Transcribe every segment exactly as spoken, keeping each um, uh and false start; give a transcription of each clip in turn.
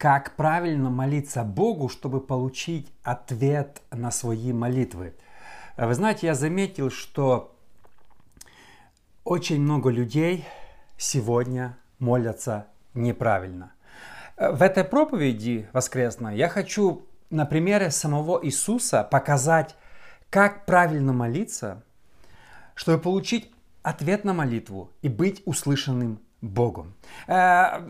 как правильно молиться Богу, чтобы получить ответ на свои молитвы. Вы знаете, я заметил, что очень много людей сегодня молятся неправильно. В этой проповеди воскресной я хочу на примере самого Иисуса показать, как правильно молиться, чтобы получить ответ на молитву и быть услышанным Богом. Во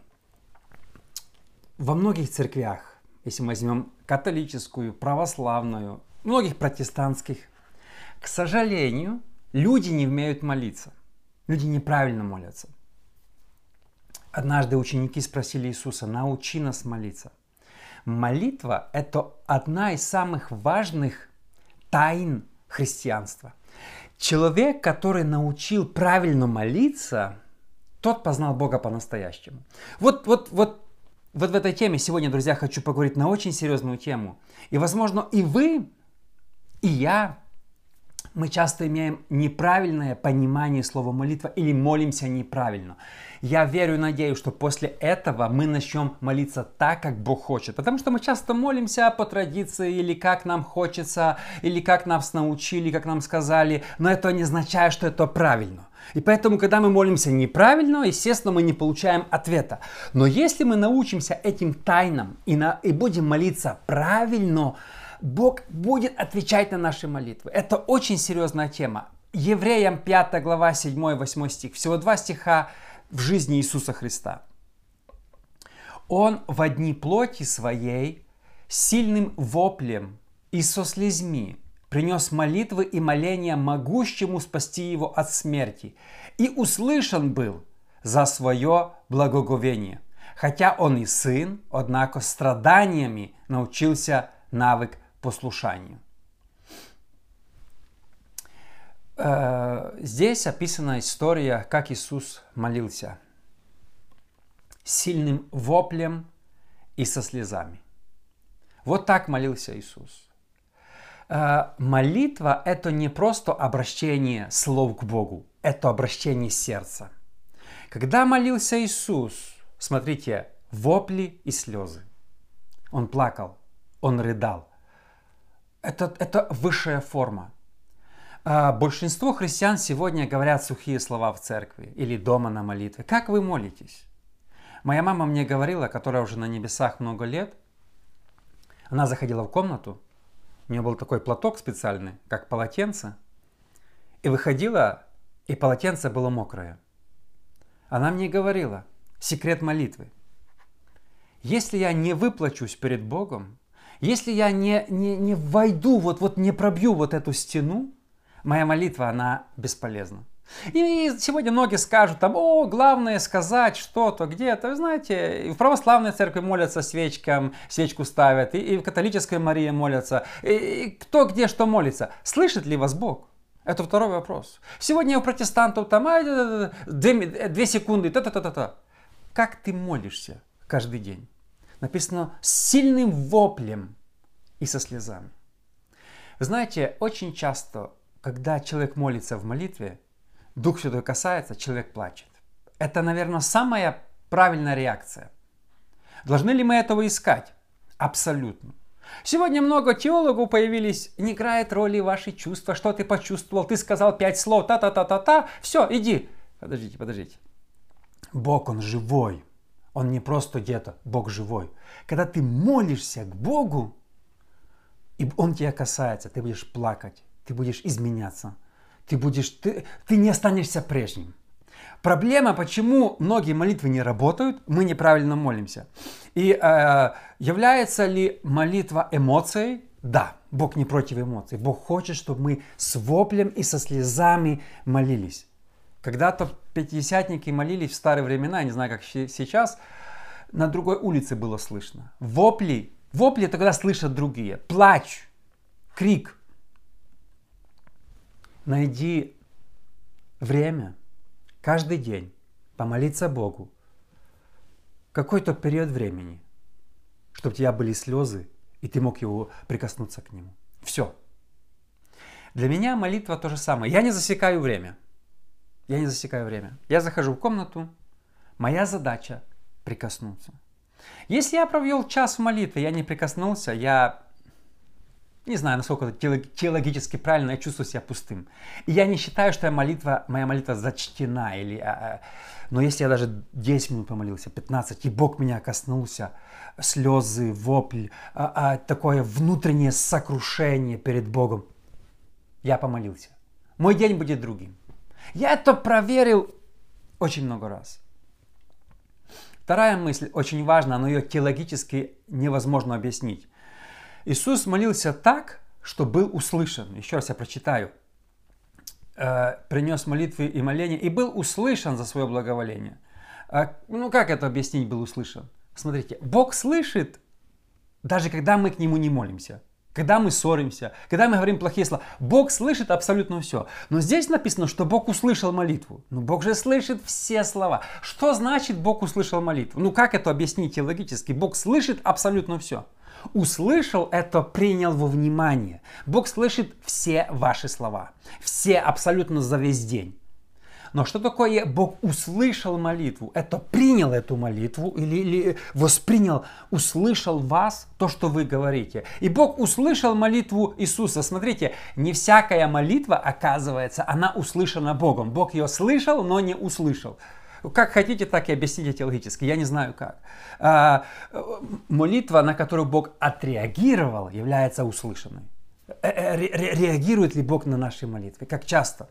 многих церквях, если мы возьмем католическую, православную, многих протестантских, к сожалению, люди не умеют молиться. Люди неправильно молятся. Однажды ученики спросили Иисуса: научи нас молиться. Молитва – это одна из самых важных тайн христианства. Человек, который научил правильно молиться, тот познал Бога по-настоящему. Вот, вот, вот, вот в этой теме сегодня, друзья, хочу поговорить на очень серьезную тему. И, возможно, и вы, и я, мы часто имеем неправильное понимание слова молитва или молимся неправильно. Я верю и надеюсь, что после этого мы начнем молиться так, как Бог хочет. Потому что мы часто молимся по традиции, или как нам хочется, или как нас научили, как нам сказали. Но это не означает, что это правильно. И поэтому, когда мы молимся неправильно, естественно, мы не получаем ответа. Но если мы научимся этим тайнам и, на, и будем молиться правильно, Бог будет отвечать на наши молитвы. Это очень серьезная тема. Евреям пятая глава, седьмой-восьмой стих. Всего два стиха в жизни Иисуса Христа. Он во дни плоти своей сильным воплем и со слезьми принес молитвы и моления могущему спасти его от смерти. И услышан был за свое благоговение. Хотя он и сын, однако страданиями научился навык послушанию. Здесь описана история, как Иисус молился. Сильным воплем и со слезами. Вот так молился Иисус. Молитва – это не просто обращение слов к Богу, это обращение сердца. Когда молился Иисус, смотрите, вопли и слезы. Он плакал, он рыдал. Это, это высшая форма. Большинство христиан сегодня говорят сухие слова в церкви или дома на молитве. Как вы молитесь? Моя мама мне говорила, которая уже на небесах много лет, она заходила в комнату, у нее был такой платок специальный, как полотенце, и выходила, и полотенце было мокрое. Она мне говорила: секрет молитвы. Если я не выплачусь перед Богом, если я не, не, не войду, вот, вот не пробью вот эту стену, моя молитва, она бесполезна. И сегодня многие скажут там: о, главное сказать что-то где-то. Вы знаете, в православной церкви молятся свечкам, свечку ставят, и, и в католической Марии молятся. И, и кто где что молится. Слышит ли вас Бог? Это второй вопрос. Сегодня у протестантов там а, две, две секунды, та-та-та-та-та. Как ты молишься каждый день? Написано: с сильным воплем и со слезами. Вы знаете, очень часто, когда человек молится в молитве, Дух Святой касается, человек плачет. Это, наверное, самая правильная реакция. Должны ли мы этого искать? Абсолютно. Сегодня много теологов появились, не играет роли ваши чувства, что ты почувствовал, ты сказал пять слов, та-та-та-та-та, все, иди. Подождите, подождите. Бог, Он живой. Он не просто где-то, Бог живой. Когда ты молишься к Богу, и Он тебя касается, ты будешь плакать, ты будешь изменяться, ты, будешь, ты, ты не останешься прежним. Проблема, почему многие молитвы не работают, мы неправильно молимся. И э, является ли молитва эмоцией? Да, Бог не против эмоций. Бог хочет, чтобы мы с воплем и со слезами молились. Когда-то пятидесятники молились в старые времена, я не знаю, как сейчас, на другой улице было слышно. Вопли, вопли это когда слышат другие. Плач, крик. Найди время каждый день помолиться Богу какой-то период времени, чтобы у тебя были слезы, и ты мог его прикоснуться к нему. Все. Для меня молитва то же самое. Я не засекаю время. Я не засекаю время. Я захожу в комнату, моя задача прикоснуться. Если я провел час в молитве, я не прикоснулся, я не знаю, насколько это теологически правильно, я чувствую себя пустым. И я не считаю, что молитва, моя молитва зачтена. Или, а, но если я даже десять минут помолился, пятнадцать, и Бог меня коснулся, слезы, вопль, а, а, такое внутреннее сокрушение перед Богом, я помолился. Мой день будет другим. Я это проверил очень много раз. Вторая мысль очень важна, но ее теологически невозможно объяснить. Иисус молился так, что был услышан. Еще раз я прочитаю. Э, принес молитвы и моления и был услышан за свое благоволение. Э, ну как это объяснить, был услышан? Смотрите, Бог слышит, даже когда мы к Нему не молимся. Когда мы ссоримся, когда мы говорим плохие слова. Бог слышит абсолютно все. Но здесь написано, что Бог услышал молитву. Но Бог же слышит все слова. Что значит Бог услышал молитву? Ну как это объяснить теологически? Бог слышит абсолютно все. Услышал — это принял во внимание. Бог слышит все ваши слова. Все абсолютно за весь день. Но что такое Бог услышал молитву? Это принял эту молитву или, или воспринял, услышал вас, то, что вы говорите. И Бог услышал молитву Иисуса. Смотрите, не всякая молитва, оказывается, она услышана Богом. Бог ее слышал, но не услышал. Как хотите, так и объясните теологически. Я не знаю как. А, молитва, на которую Бог отреагировал, является услышанной. Ре ре реагирует ли Бог на наши молитвы? Как часто?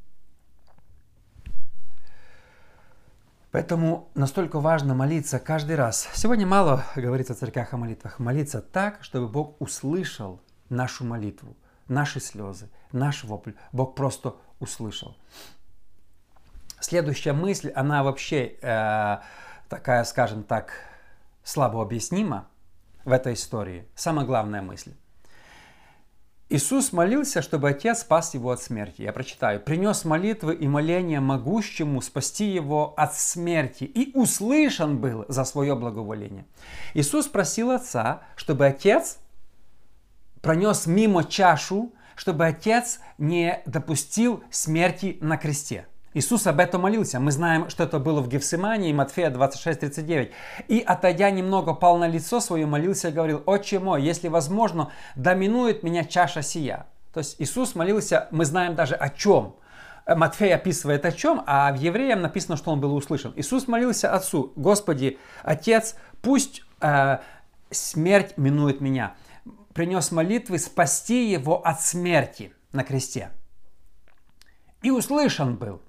Поэтому настолько важно молиться каждый раз. Сегодня мало говорится в церквях о молитвах. Молиться так, чтобы Бог услышал нашу молитву, наши слезы, наш вопль. Бог просто услышал. Следующая мысль, она вообще э, такая, скажем так, слабо объяснима в этой истории. Самая главная мысль. Иисус молился, чтобы Отец спас его от смерти. Я прочитаю. «Принес молитвы и моления могущему спасти его от смерти, и услышан был за свое благоволение». Иисус просил Отца, чтобы Отец пронес мимо чашу, чтобы Отец не допустил смерти на кресте. Иисус об этом молился. Мы знаем, что это было в Гефсимании, Матфея двадцать шесть тридцать девять. «И, отойдя немного, пал на лицо свое, молился и говорил: Отче мой, если возможно, доминует меня чаша сия». То есть Иисус молился, мы знаем даже о чем. Матфей описывает о чем, а в Евреям написано, что он был услышан. Иисус молился Отцу: Господи, Отец, пусть э, смерть минует меня. Принес молитвы спасти его от смерти на кресте. И услышан был.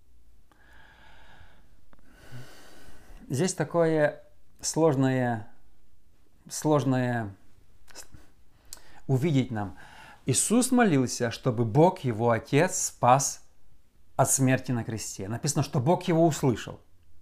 Здесь такое сложное, сложное увидеть нам. Иисус молился, чтобы Бог, его Отец, спас от смерти на кресте. Написано, что Бог его услышал.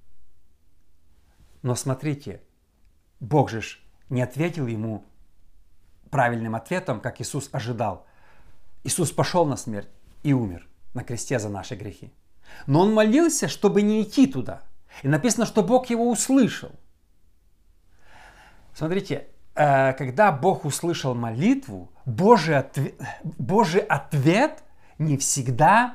Но смотрите, Бог же не ответил ему правильным ответом, как Иисус ожидал. Иисус пошел на смерть и умер на кресте за наши грехи. Но он молился, чтобы не идти туда. И написано, что Бог его услышал. Смотрите, когда Бог услышал молитву, Божий ответ, Божий ответ не всегда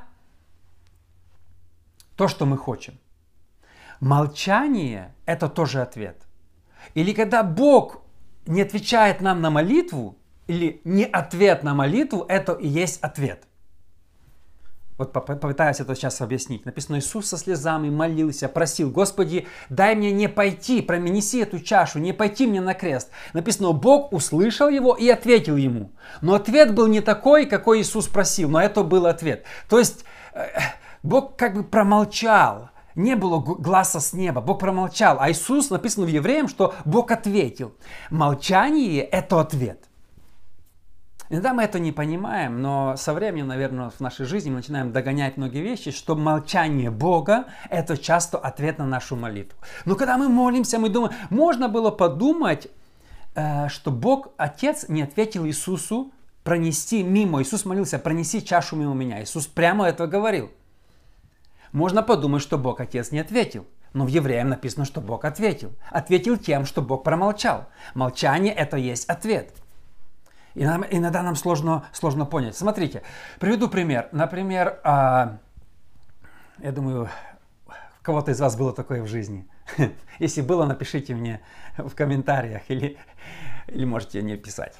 то, что мы хотим. Молчание – это тоже ответ. Или когда Бог не отвечает нам на молитву, или не ответ на молитву, это и есть ответ. Вот попытаюсь это сейчас объяснить. Написано, Иисус со слезами молился, просил: Господи, дай мне не пойти, пронеси эту чашу, не пойти мне на крест. Написано, Бог услышал его и ответил ему. Но ответ был не такой, какой Иисус просил, но это был ответ. То есть Бог как бы промолчал. Не было гласа с неба, Бог промолчал. А Иисус, написано в Евреям, что Бог ответил. Молчание – это ответ. Иногда мы это не понимаем, но со временем, наверное, в нашей жизни мы начинаем догонять многие вещи, что молчание Бога – это часто ответ на нашу молитву. Но когда мы молимся, мы думаем, можно было подумать, что Бог, Отец, не ответил Иисусу пронести мимо. Иисус молился: пронеси чашу мимо меня. Иисус прямо это говорил. Можно подумать, что Бог, Отец, не ответил. Но в Евреям написано, что Бог ответил. Ответил тем, что Бог промолчал. Молчание – это есть ответ. И нам, иногда нам сложно, сложно понять. Смотрите, приведу пример. Например, а, я думаю, кого-то из вас было такое в жизни? Если было, напишите мне в комментариях или, или можете не писать.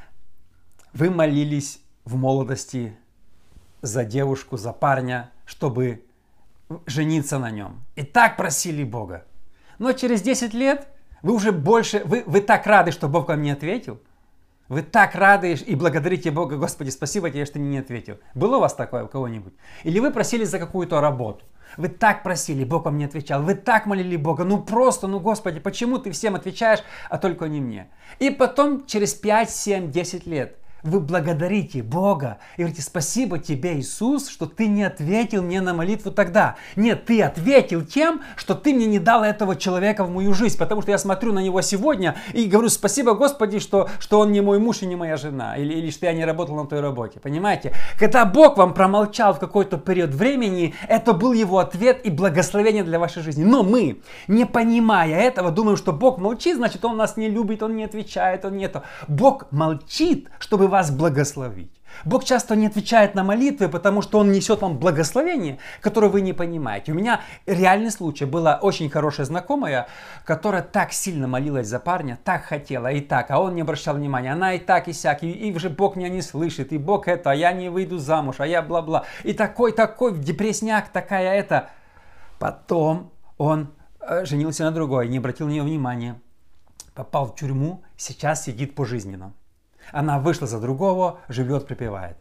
Вы молились в молодости за девушку, за парня, чтобы жениться на нем. И так просили Бога. Но через десять лет вы уже больше, вы, вы так рады, что Бог вам не ответил. Вы так рады и благодарите Бога: Господи, спасибо тебе, что ты мне не ответил. Было у вас такое у кого-нибудь? Или вы просили за какую-то работу? Вы так просили, Бог вам не отвечал. Вы так молили Бога: ну просто, ну Господи, почему ты всем отвечаешь, а только не мне? И потом через пять, семь, десять лет вы благодарите Бога и говорите: спасибо тебе, Иисус, что ты не ответил мне на молитву тогда. Нет, ты ответил тем, что ты мне не дал этого человека в мою жизнь, потому что я смотрю на него сегодня и говорю: спасибо, Господи, что, что он не мой муж и не моя жена, или, или что я не работал на той работе. Понимаете? Когда Бог вам промолчал в какой-то период времени, это был его ответ и благословение для вашей жизни. Но мы, не понимая этого, думаем, что Бог молчит, значит, он нас не любит, он не отвечает, он не это. Бог молчит, чтобы вас благословить. Бог часто не отвечает на молитвы, потому что Он несет вам благословение, которое вы не понимаете. У меня реальный случай. Была очень хорошая знакомая, которая так сильно молилась за парня, так хотела и так, а он не обращал внимания. Она и так, и сяк, и, и уже Бог меня не слышит, и Бог это, а я не выйду замуж, а я бла-бла. И такой, такой депрессняк, такая это. Потом он э, женился на другой, не обратил на нее внимания, попал в тюрьму, сейчас сидит пожизненно. Она вышла за другого, живет, припевает.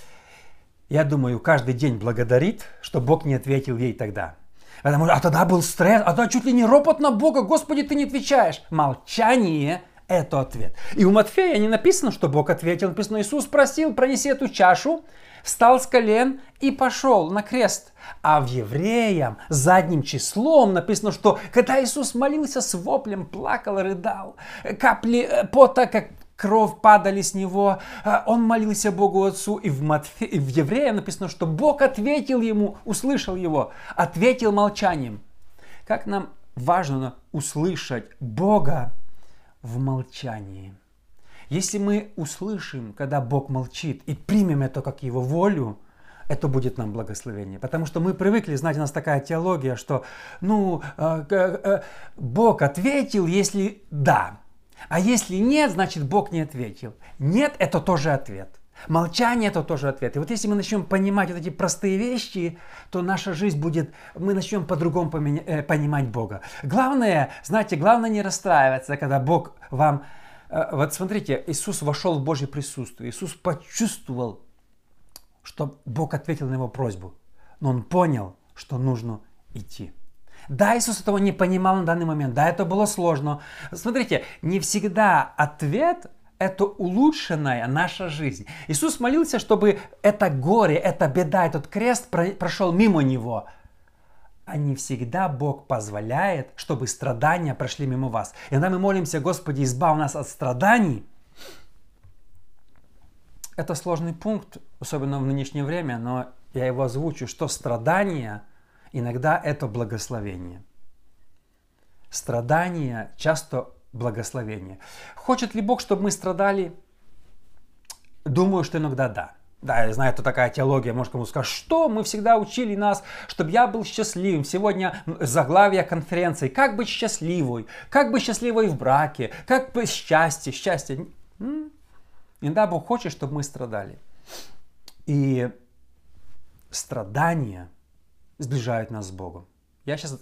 Я думаю, каждый день благодарит, что Бог не ответил ей тогда. Потому что, а тогда был стресс, а тогда чуть ли не ропот на Бога: Господи, ты не отвечаешь. Молчание – это ответ. И у Матфея не написано, что Бог ответил. Написано: Иисус просил, пронеси эту чашу, встал с колен и пошел на крест. А в Евреям задним числом написано, что когда Иисус молился с воплем, плакал, рыдал, капли пота, как кровь падали с него, он молился Богу Отцу, и в, Матфе... и в Евреям написано, что Бог ответил ему, услышал его, ответил молчанием. Как нам важно услышать Бога в молчании. Если мы услышим, когда Бог молчит, и примем это как Его волю, это будет нам благословение. Потому что мы привыкли, знаете, у нас такая теология, что ну, э, э, Бог ответил, если да. А если нет, значит Бог не ответил. Нет, это тоже ответ. Молчание – это тоже ответ. И вот если мы начнем понимать вот эти простые вещи, то наша жизнь будет, мы начнем по-другому поменя, э, понимать Бога. Главное, знаете, главное не расстраиваться, когда Бог вам… Э, вот смотрите, Иисус вошел в Божье присутствие. Иисус почувствовал, что Бог ответил на его просьбу. Но он понял, что нужно идти. Да, Иисус этого не понимал на данный момент. Да, это было сложно. Смотрите, не всегда ответ – это улучшенная наша жизнь. Иисус молился, чтобы это горе, эта беда, этот крест прошел мимо него. А не всегда Бог позволяет, чтобы страдания прошли мимо вас. И когда мы молимся: Господи, избавь нас от страданий, это сложный пункт, особенно в нынешнее время, но я его озвучу, что страдания иногда это благословение. Страдания часто благословение. Хочет ли Бог, чтобы мы страдали? Думаю, что иногда да. Да, я знаю, это такая теология, может кому скажет, что мы всегда учили нас, чтобы я был счастливым. Сегодня заглавие конференции: как быть счастливой, как быть счастливой в браке, как быть счастье, счастье. Иногда Бог хочет, чтобы мы страдали. И страдания сближают нас с Богом. Я сейчас,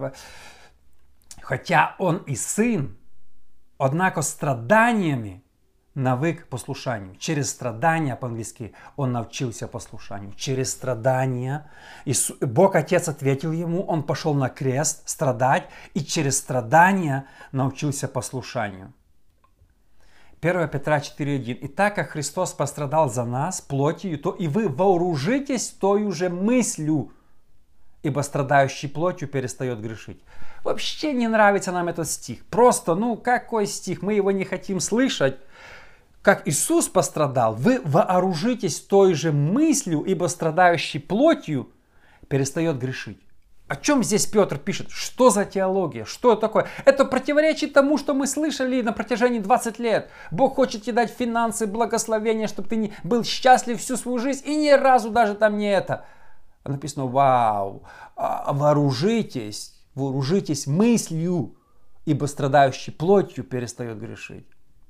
хотя Он и Сын, однако страданиями навык послушанию. Через страдания, по-английски, Он научился послушанию. Через страдания Иисус, Бог Отец ответил Ему, Он пошел на крест страдать, и через страдания научился послушанию. первое Петра четыре один. И так как Христос пострадал за нас плотью, то и вы вооружитесь той же мыслью, ибо страдающий плотью перестает грешить. Вообще не нравится нам этот стих. Просто, ну какой стих? Мы его не хотим слышать. Как Иисус пострадал, вы вооружитесь той же мыслью, ибо страдающий плотью перестает грешить. О чем здесь Петр пишет? Что за теология? Что это такое? Это противоречит тому, что мы слышали на протяжении двадцати лет. Бог хочет тебе дать финансы, благословения, чтобы ты не был счастлив всю свою жизнь, и ни разу даже там не это. написано, вау, вооружитесь, вооружитесь мыслью, ибо страдающий плотью перестает грешить.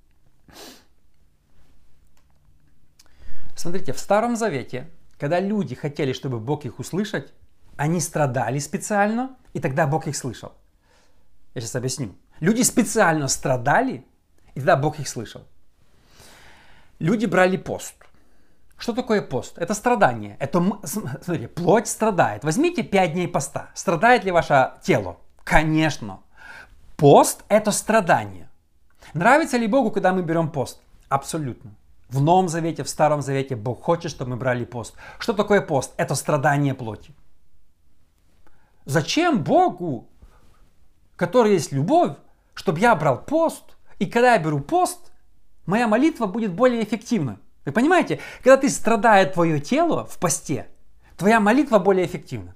Смотрите, в Старом Завете, когда люди хотели, чтобы Бог их услышать, они страдали специально, и тогда Бог их слышал. Я сейчас объясню. Люди специально страдали, и тогда Бог их слышал. Люди брали пост. Что такое пост? Это страдание. Это, смотрите, плоть страдает. Возьмите пять дней поста. Страдает ли ваше тело? Конечно. Пост – это страдание. Нравится ли Богу, когда мы берем пост? Абсолютно. В Новом Завете, в Старом Завете Бог хочет, чтобы мы брали пост. Что такое пост? Это страдание плоти. Зачем Богу, который есть любовь, чтобы я брал пост, и когда я беру пост, моя молитва будет более эффективна? Вы понимаете, когда ты страдает твое тело в посте, твоя молитва более эффективна.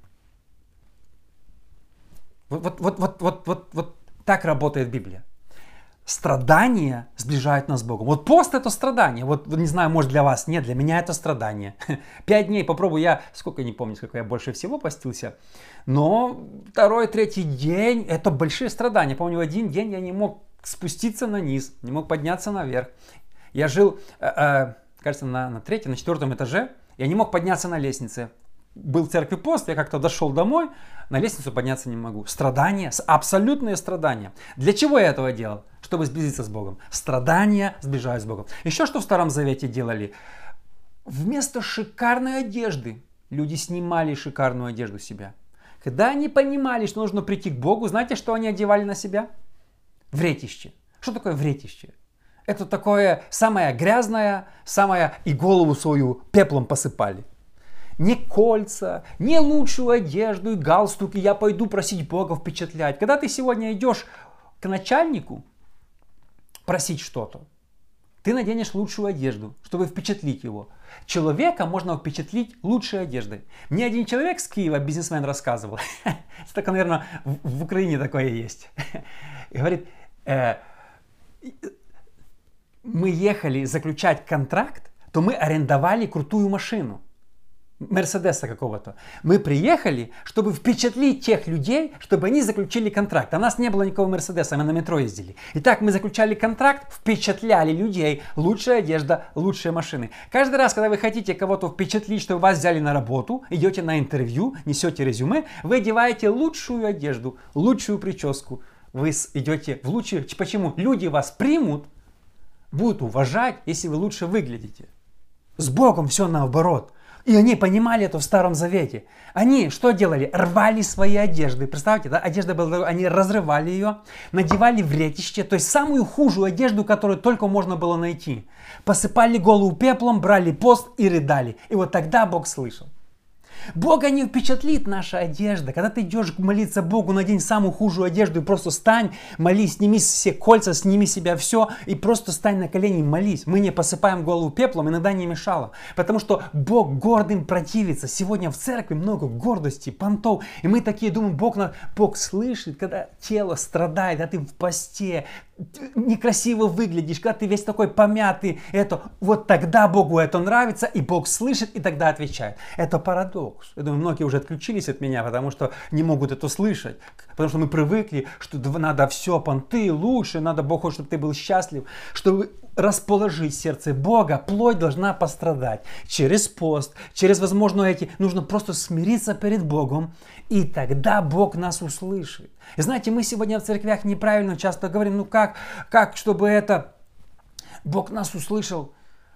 Вот, вот, вот, вот, вот, вот, вот так работает Библия. Страдания сближают нас с Богом. Вот пост это страдание. Вот не знаю, может для вас нет, для меня это страдание. Пять дней попробую, я сколько не помню, сколько я больше всего постился. Но второй, третий день это большие страдания. Помню, один день я не мог спуститься на низ, не мог подняться наверх. Я жил, э, э, кажется, на, на третьем, на четвертом этаже. Я не мог подняться на лестнице. Был в церкви пост, я как-то дошел домой, на лестницу подняться не могу. Страдания, абсолютные страдания. Для чего я этого делал? Чтобы сблизиться с Богом. Страдания сближают с Богом. Еще что в Старом Завете делали? Вместо шикарной одежды люди снимали шикарную одежду с себя. Когда они понимали, что нужно прийти к Богу, знаете, что они одевали на себя? Вретище. Что такое вретище? Это такое самое грязное, самое и голову свою пеплом посыпали. Не кольца, не лучшую одежду и галстуки я пойду просить Бога впечатлять. Когда ты сегодня идешь к начальнику просить что-то, ты наденешь лучшую одежду, чтобы впечатлить его. Человека можно впечатлить лучшей одеждой. Мне один человек с Киева, бизнесмен, рассказывал, это, наверное, в Украине такое есть. Говорит, мы ехали заключать контракт, то мы арендовали крутую машину. Мерседеса какого-то. Мы приехали, чтобы впечатлить тех людей, чтобы они заключили контракт. А у нас не было никакого Мерседеса, мы на метро ездили. Итак, мы заключали контракт, впечатляли людей. Лучшая одежда, лучшие машины. Каждый раз, когда вы хотите кого-то впечатлить, что вас взяли на работу, идете на интервью, несете резюме, вы одеваете лучшую одежду, лучшую прическу. Вы идете в лучшую... Почему? Люди вас примут, будут уважать, если вы лучше выглядите. С Богом все наоборот. И они понимали это в Старом Завете. Они что делали? Рвали свои одежды. Представьте, да? Одежда была, они разрывали ее, надевали вретище, то есть самую худшую одежду, которую только можно было найти. Посыпали голову пеплом, брали пост и рыдали. И вот тогда Бог слышал. Бога не впечатлит наша одежда. Когда ты идешь молиться Богу, надень самую худшую одежду и просто стань, молись, сними все кольца, сними с себя все и просто стань на колени и молись. Мы не посыпаем голову пеплом, иногда не мешало. Потому что Бог гордым противится. Сегодня в церкви много гордости, понтов. И мы такие думаем, Бог, Бог слышит, когда тело страдает, когда ты в посте, некрасиво выглядишь, когда ты весь такой помятый. Это, вот тогда Богу это нравится, и Бог слышит, и тогда отвечает. Это парадокс. Я думаю, многие уже отключились от меня, потому что не могут это слышать. Потому что мы привыкли, что надо все, понты лучше, надо Бог хочет, чтобы ты был счастлив. Чтобы расположить сердце Бога, плоть должна пострадать. Через пост, через, возможно, эти... Нужно просто смириться перед Богом, и тогда Бог нас услышит. И знаете, мы сегодня в церквях неправильно часто говорим, ну как, как, чтобы это... Бог нас услышал.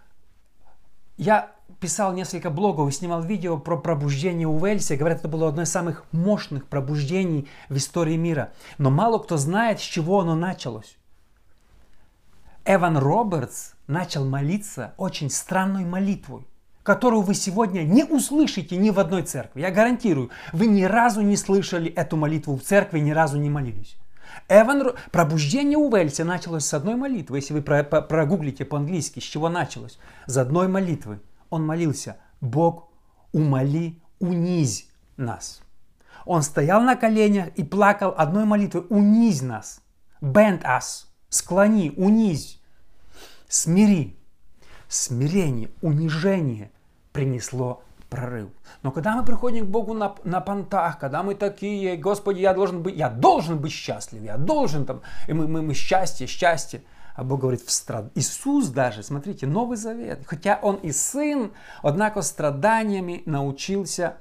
Я писал несколько блогов и снимал видео про пробуждение в Уэльсе. Говорят, это было одно из самых мощных пробуждений в истории мира. Но мало кто знает, с чего оно началось. Эван Робертс начал молиться очень странной молитвой, которую вы сегодня не услышите ни в одной церкви. Я гарантирую, вы ни разу не слышали эту молитву в церкви, ни разу не молились. Эван... Пробуждение в Уэльсе началось с одной молитвы. Если вы прогуглите по-английски, с чего началось? С одной молитвы. Он молился: Бог, умоли, унизь нас. Он стоял на коленях и плакал одной молитвой: унизь нас. Bend us. Склони, унизь. Смири. Смирение, унижение принесло прорыв. Но когда мы приходим к Богу на, на понтах, когда мы такие, Господи, я должен быть, я должен быть счастлив, я должен там, и мы, мы, мы счастье, счастье. А Бог говорит, в страд... Иисус даже, смотрите, Новый Завет, хотя Он и Сын, однако страданиями научился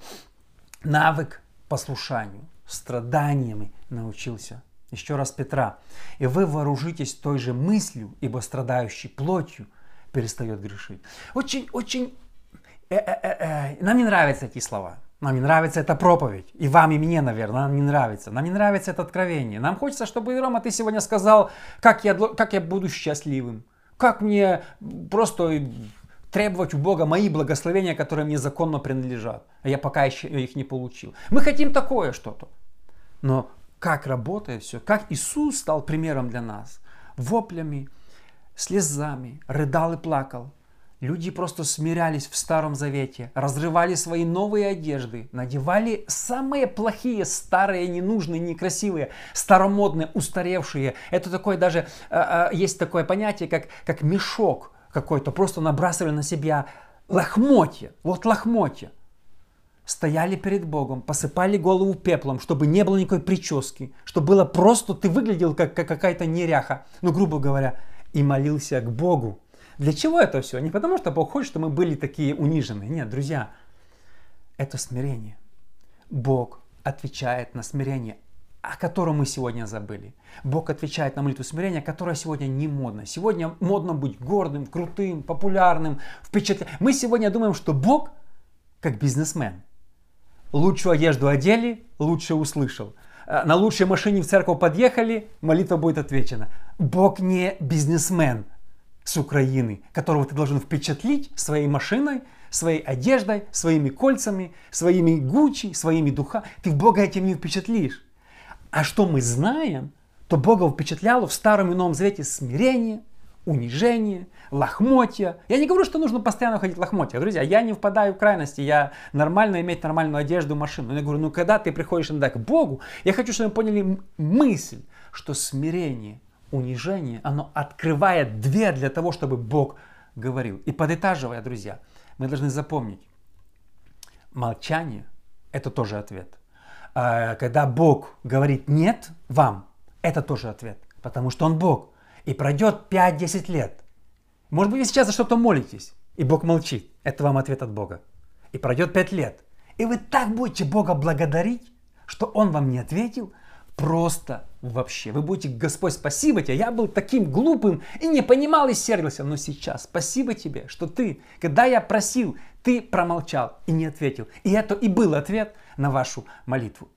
навык послушанию, страданиями научился. Еще раз Петра. И вы вооружитесь той же мыслью, ибо страдающий плотью перестает грешить. Очень, очень, э, э, э, нам не нравятся эти слова. Нам не нравится эта проповедь. И вам, и мне, наверное, нам не нравится. Нам не нравится это откровение. Нам хочется, чтобы, Рома, ты сегодня сказал, как я, как я буду счастливым. Как мне просто требовать у Бога мои благословения, которые мне законно принадлежат. А я пока еще их не получил. Мы хотим такое что-то. Но как работает все, как Иисус стал примером для нас. Воплями, слезами, рыдал и плакал. Люди просто смирялись в Старом Завете, разрывали свои новые одежды, надевали самые плохие, старые, ненужные, некрасивые, старомодные, устаревшие. Это такое даже, э, э, есть такое понятие, как, как мешок какой-то, просто набрасывали на себя лохмотья, вот лохмотья. Стояли перед Богом, посыпали голову пеплом, чтобы не было никакой прически, чтобы было просто, ты выглядел как, как какая-то неряха, ну, грубо говоря, и молился к Богу. Для чего это все? Не потому, что Бог хочет, чтобы мы были такие униженные. Нет, друзья, это смирение. Бог отвечает на смирение, о котором мы сегодня забыли. Бог отвечает на молитву смирения, которая сегодня не модна. Сегодня модно быть гордым, крутым, популярным, впечатляющим. Мы сегодня думаем, что Бог как бизнесмен. Лучшую одежду одели, лучше услышал. На лучшей машине в церковь подъехали, молитва будет отвечена. Бог не бизнесмен с Украины, которого ты должен впечатлить своей машиной, своей одеждой, своими кольцами, своими Гуччи, своими духами. Ты в Бога этим не впечатлишь. А что мы знаем, то Бога впечатляло в Старом и Новом Завете смирение, унижение, лохмотья. Я не говорю, что нужно постоянно ходить в лохмотья. Друзья, я не впадаю в крайности, я нормально иметь нормальную одежду, машину. Я говорю, ну когда ты приходишь иногда к Богу, я хочу, чтобы вы поняли мысль, что смирение, унижение, оно открывает дверь для того, чтобы Бог говорил. И подытаживая, друзья, мы должны запомнить, молчание – это тоже ответ. Когда Бог говорит «нет» вам, это тоже ответ, потому что Он Бог. И пройдет пять-десять лет. Может быть, вы сейчас за что-то молитесь, и Бог молчит. Это вам ответ от Бога. И пройдет пять лет. И вы так будете Бога благодарить, что Он вам не ответил, просто вообще. Вы будете, Господь, спасибо тебе, я был таким глупым и не понимал и сердился. Но сейчас спасибо тебе, что ты, когда я просил, ты промолчал и не ответил. И это и был ответ на вашу молитву.